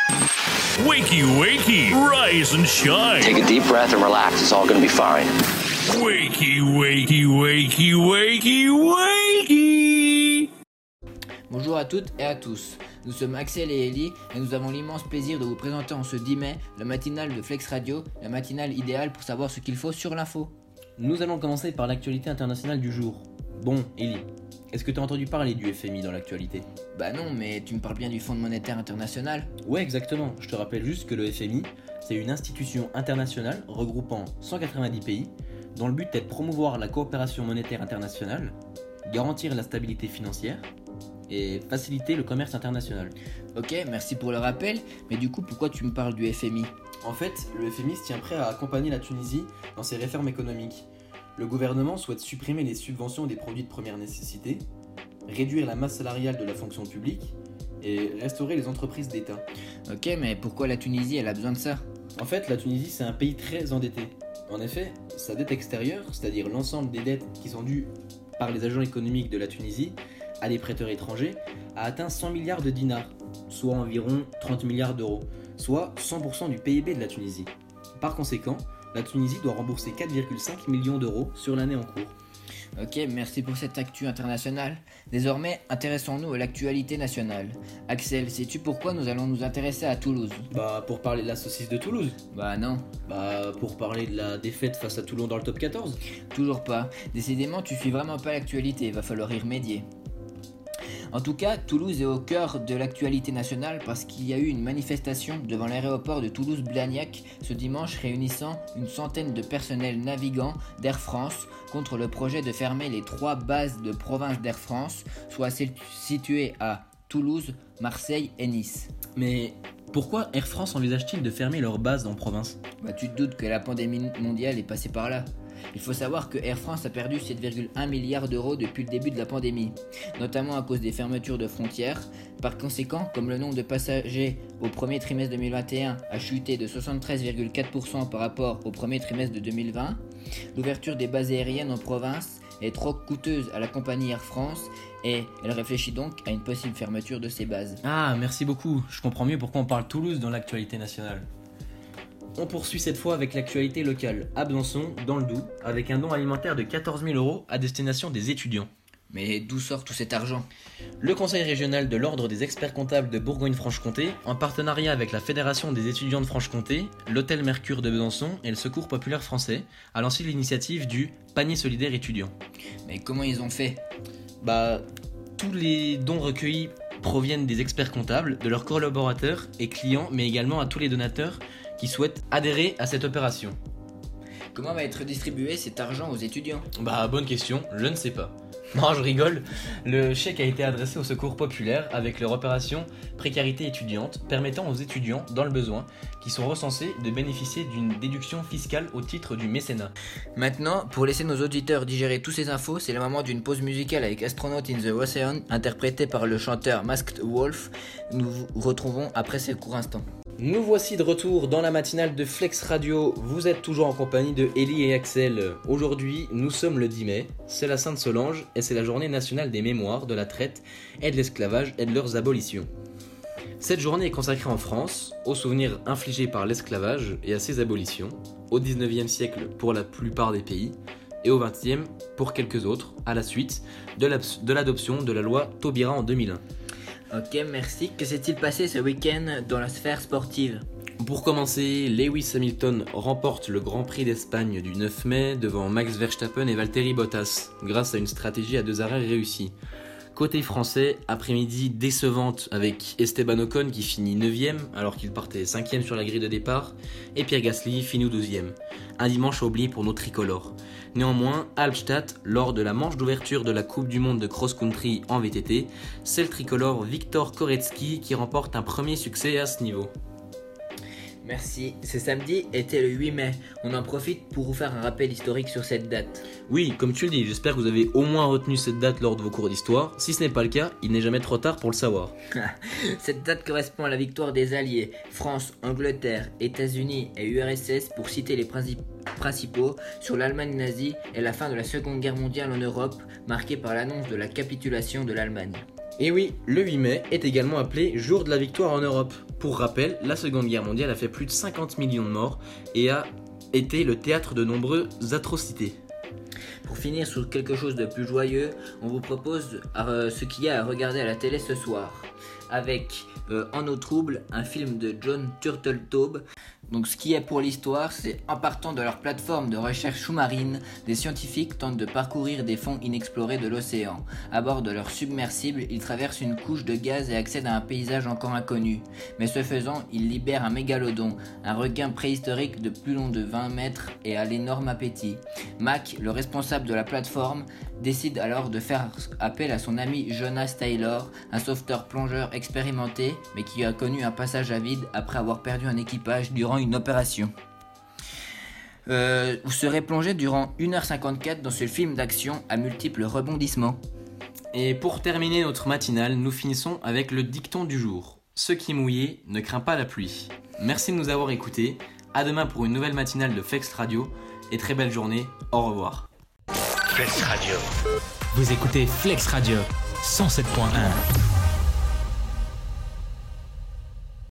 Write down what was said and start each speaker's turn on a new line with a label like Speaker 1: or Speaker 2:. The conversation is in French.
Speaker 1: Wakey, wakey, rise and shine.
Speaker 2: Take a deep breath and relax. It's all going to be fine.
Speaker 1: Wakey, wakey, wakey, wakey, wakey.
Speaker 3: Bonjour à toutes et à tous, nous sommes Axel et Ellie et nous avons l'immense plaisir de vous présenter en ce 10 mai la matinale de Flex Radio, la matinale idéale pour savoir ce qu'il faut sur l'info.
Speaker 4: Nous allons commencer par l'actualité internationale du jour. Bon, Ellie, est-ce que tu as entendu parler du FMI dans l'actualité ?
Speaker 3: Bah non, mais tu me parles bien du Fonds monétaire international ?
Speaker 4: Ouais, exactement. Je te rappelle juste que le FMI, c'est une institution internationale regroupant 190 pays dont le but est de promouvoir la coopération monétaire internationale, garantir la stabilité financière et faciliter le commerce international.
Speaker 3: Ok, merci pour le rappel, mais du coup pourquoi tu me parles du FMI ?
Speaker 4: En fait, le FMI se tient prêt à accompagner la Tunisie dans ses réformes économiques. Le gouvernement souhaite supprimer les subventions des produits de première nécessité, réduire la masse salariale de la fonction publique et restaurer les entreprises d'État.
Speaker 3: Ok, mais pourquoi la Tunisie elle a besoin de ça ?
Speaker 4: En fait, la Tunisie c'est un pays très endetté. En effet, sa dette extérieure, c'est-à-dire l'ensemble des dettes qui sont dues par les agents économiques de la Tunisie à des prêteurs étrangers, a atteint 100 milliards de dinars, soit environ 30 milliards d'euros, soit 100% du PIB de la Tunisie. Par conséquent, la Tunisie doit rembourser 4,5 millions d'euros sur l'année en cours.
Speaker 3: Ok, merci pour cette actu internationale. Désormais, intéressons-nous à l'actualité nationale. Axel, sais-tu pourquoi nous allons nous intéresser à Toulouse ?
Speaker 4: Bah, pour parler de la saucisse de Toulouse.
Speaker 3: Bah non,
Speaker 4: Bah, pour parler de la défaite face à Toulon dans le top 14.
Speaker 3: toujours pas. Décidément, tu suis vraiment pas l'actualité, va falloir y remédier. En tout cas, Toulouse est au cœur de l'actualité nationale parce qu'il y a eu une manifestation devant l'aéroport de Toulouse-Blagnac ce dimanche réunissant une centaine de personnels navigants d'Air France contre le projet de fermer les 3 bases de province d'Air France, soit celles situées à Toulouse, Marseille et Nice.
Speaker 4: Mais pourquoi Air France envisage-t-il de fermer leur base en province ?
Speaker 3: Bah, tu te doutes que la pandémie mondiale est passée par là. Il faut savoir que Air France a perdu 7,1 milliards d'euros depuis le début de la pandémie, notamment à cause des fermetures de frontières. Par conséquent, comme le nombre de passagers au premier trimestre 2021 a chuté de 73,4% par rapport au premier trimestre de 2020, l'ouverture des bases aériennes en province est trop coûteuse à la compagnie Air France et elle réfléchit donc à une possible fermeture de ces bases.
Speaker 4: Ah, merci beaucoup. Je comprends mieux pourquoi on parle Toulouse dans l'actualité nationale. On poursuit cette fois avec l'actualité locale, à Besançon, dans le Doubs, avec un don alimentaire de 14 000 € à destination des étudiants.
Speaker 3: Mais d'où sort tout cet argent ?
Speaker 4: Le Conseil régional de l'Ordre des experts comptables de Bourgogne-Franche-Comté, en partenariat avec la Fédération des étudiants de Franche-Comté, l'Hôtel Mercure de Besançon et le Secours populaire français, a lancé l'initiative du panier solidaire étudiant.
Speaker 3: Mais comment ils ont fait ?
Speaker 4: Bah, tous les dons recueillis proviennent des experts comptables, de leurs collaborateurs et clients, mais également à tous les donateurs qui souhaitent adhérer à cette opération.
Speaker 3: Comment va être distribué cet argent aux étudiants ?
Speaker 4: Bah, bonne question, je ne sais pas. Non, je rigole. Le chèque a été adressé au Secours populaire avec leur opération précarité étudiante, permettant aux étudiants dans le besoin qui sont recensés de bénéficier d'une déduction fiscale au titre du mécénat.
Speaker 3: Maintenant, pour laisser nos auditeurs digérer tous ces infos, c'est le moment d'une pause musicale avec Astronaut in the Ocean, interprété par le chanteur Masked Wolf. Nous vous retrouvons après ces courts instants.
Speaker 4: Nous voici de retour dans la matinale de Flex Radio. Vous êtes toujours en compagnie de Ellie et Axel. Aujourd'hui, nous sommes le 10 mai, c'est la Sainte Solange et c'est la journée nationale des mémoires, de la traite et de l'esclavage et de leurs abolitions. Cette journée est consacrée en France aux souvenirs infligés par l'esclavage et à ses abolitions, au 19e siècle pour la plupart des pays et au 20e pour quelques autres, à la suite de l'adoption de la loi Taubira en 2001.
Speaker 3: Ok, merci. Que s'est-il passé ce week-end dans la sphère sportive ?
Speaker 4: Pour commencer, Lewis Hamilton remporte le Grand Prix d'Espagne du 9 mai devant Max Verstappen et Valtteri Bottas, grâce à une stratégie à 2 arrêts réussie. Côté français, après-midi décevante avec Esteban Ocon qui finit 9ème alors qu'il partait 5ème sur la grille de départ et Pierre Gasly finit 12ème. Un dimanche oublié pour nos tricolores. Néanmoins, à Albstadt, lors de la manche d'ouverture de la Coupe du Monde de cross-country en VTT, c'est le tricolore Viktor Koretsky qui remporte un premier succès à ce niveau.
Speaker 3: Merci. Ce samedi était le 8 mai. On en profite pour vous faire un rappel historique sur cette date.
Speaker 4: Oui, comme tu le dis, j'espère que vous avez au moins retenu cette date lors de vos cours d'histoire. Si ce n'est pas le cas, il n'est jamais trop tard pour le savoir.
Speaker 3: Cette date correspond à la victoire des Alliés, France, Angleterre, États-Unis et URSS pour citer les principaux, sur l'Allemagne nazie et la fin de la Seconde Guerre mondiale en Europe, marquée par l'annonce de la capitulation de l'Allemagne.
Speaker 4: Et oui, le 8 mai est également appelé jour de la victoire en Europe. Pour rappel, la Seconde Guerre mondiale a fait plus de 50 millions de morts et a été le théâtre de nombreuses atrocités.
Speaker 3: Pour finir sur quelque chose de plus joyeux, on vous propose ce qu'il y a à regarder à la télé ce soir. Avec En eau trouble, un film de John Turteltaub. Donc ce qui est pour l'histoire, c'est en partant de leur plateforme de recherche sous-marine, des scientifiques tentent de parcourir des fonds inexplorés de l'océan. À bord de leur submersible, ils traversent une couche de gaz et accèdent à un paysage encore inconnu. Mais ce faisant, ils libèrent un mégalodon, un requin préhistorique de plus long de 20 mètres et à l'énorme appétit. Mac, le responsable de la plateforme, décide alors de faire appel à son ami Jonas Taylor, un sauveteur plongeur expérimenté, mais qui a connu un passage à vide après avoir perdu un équipage durant une opération. Vous serez plongé durant 1h54 dans ce film d'action à multiples rebondissements.
Speaker 4: Et pour terminer notre matinale, nous finissons avec le dicton du jour. Ce qui est mouillé ne craint pas la pluie. Merci de nous avoir écoutés. À demain pour une nouvelle matinale de Flex Radio. Et très belle journée. Au revoir.
Speaker 5: Flex Radio. Vous écoutez Flex Radio 107.1.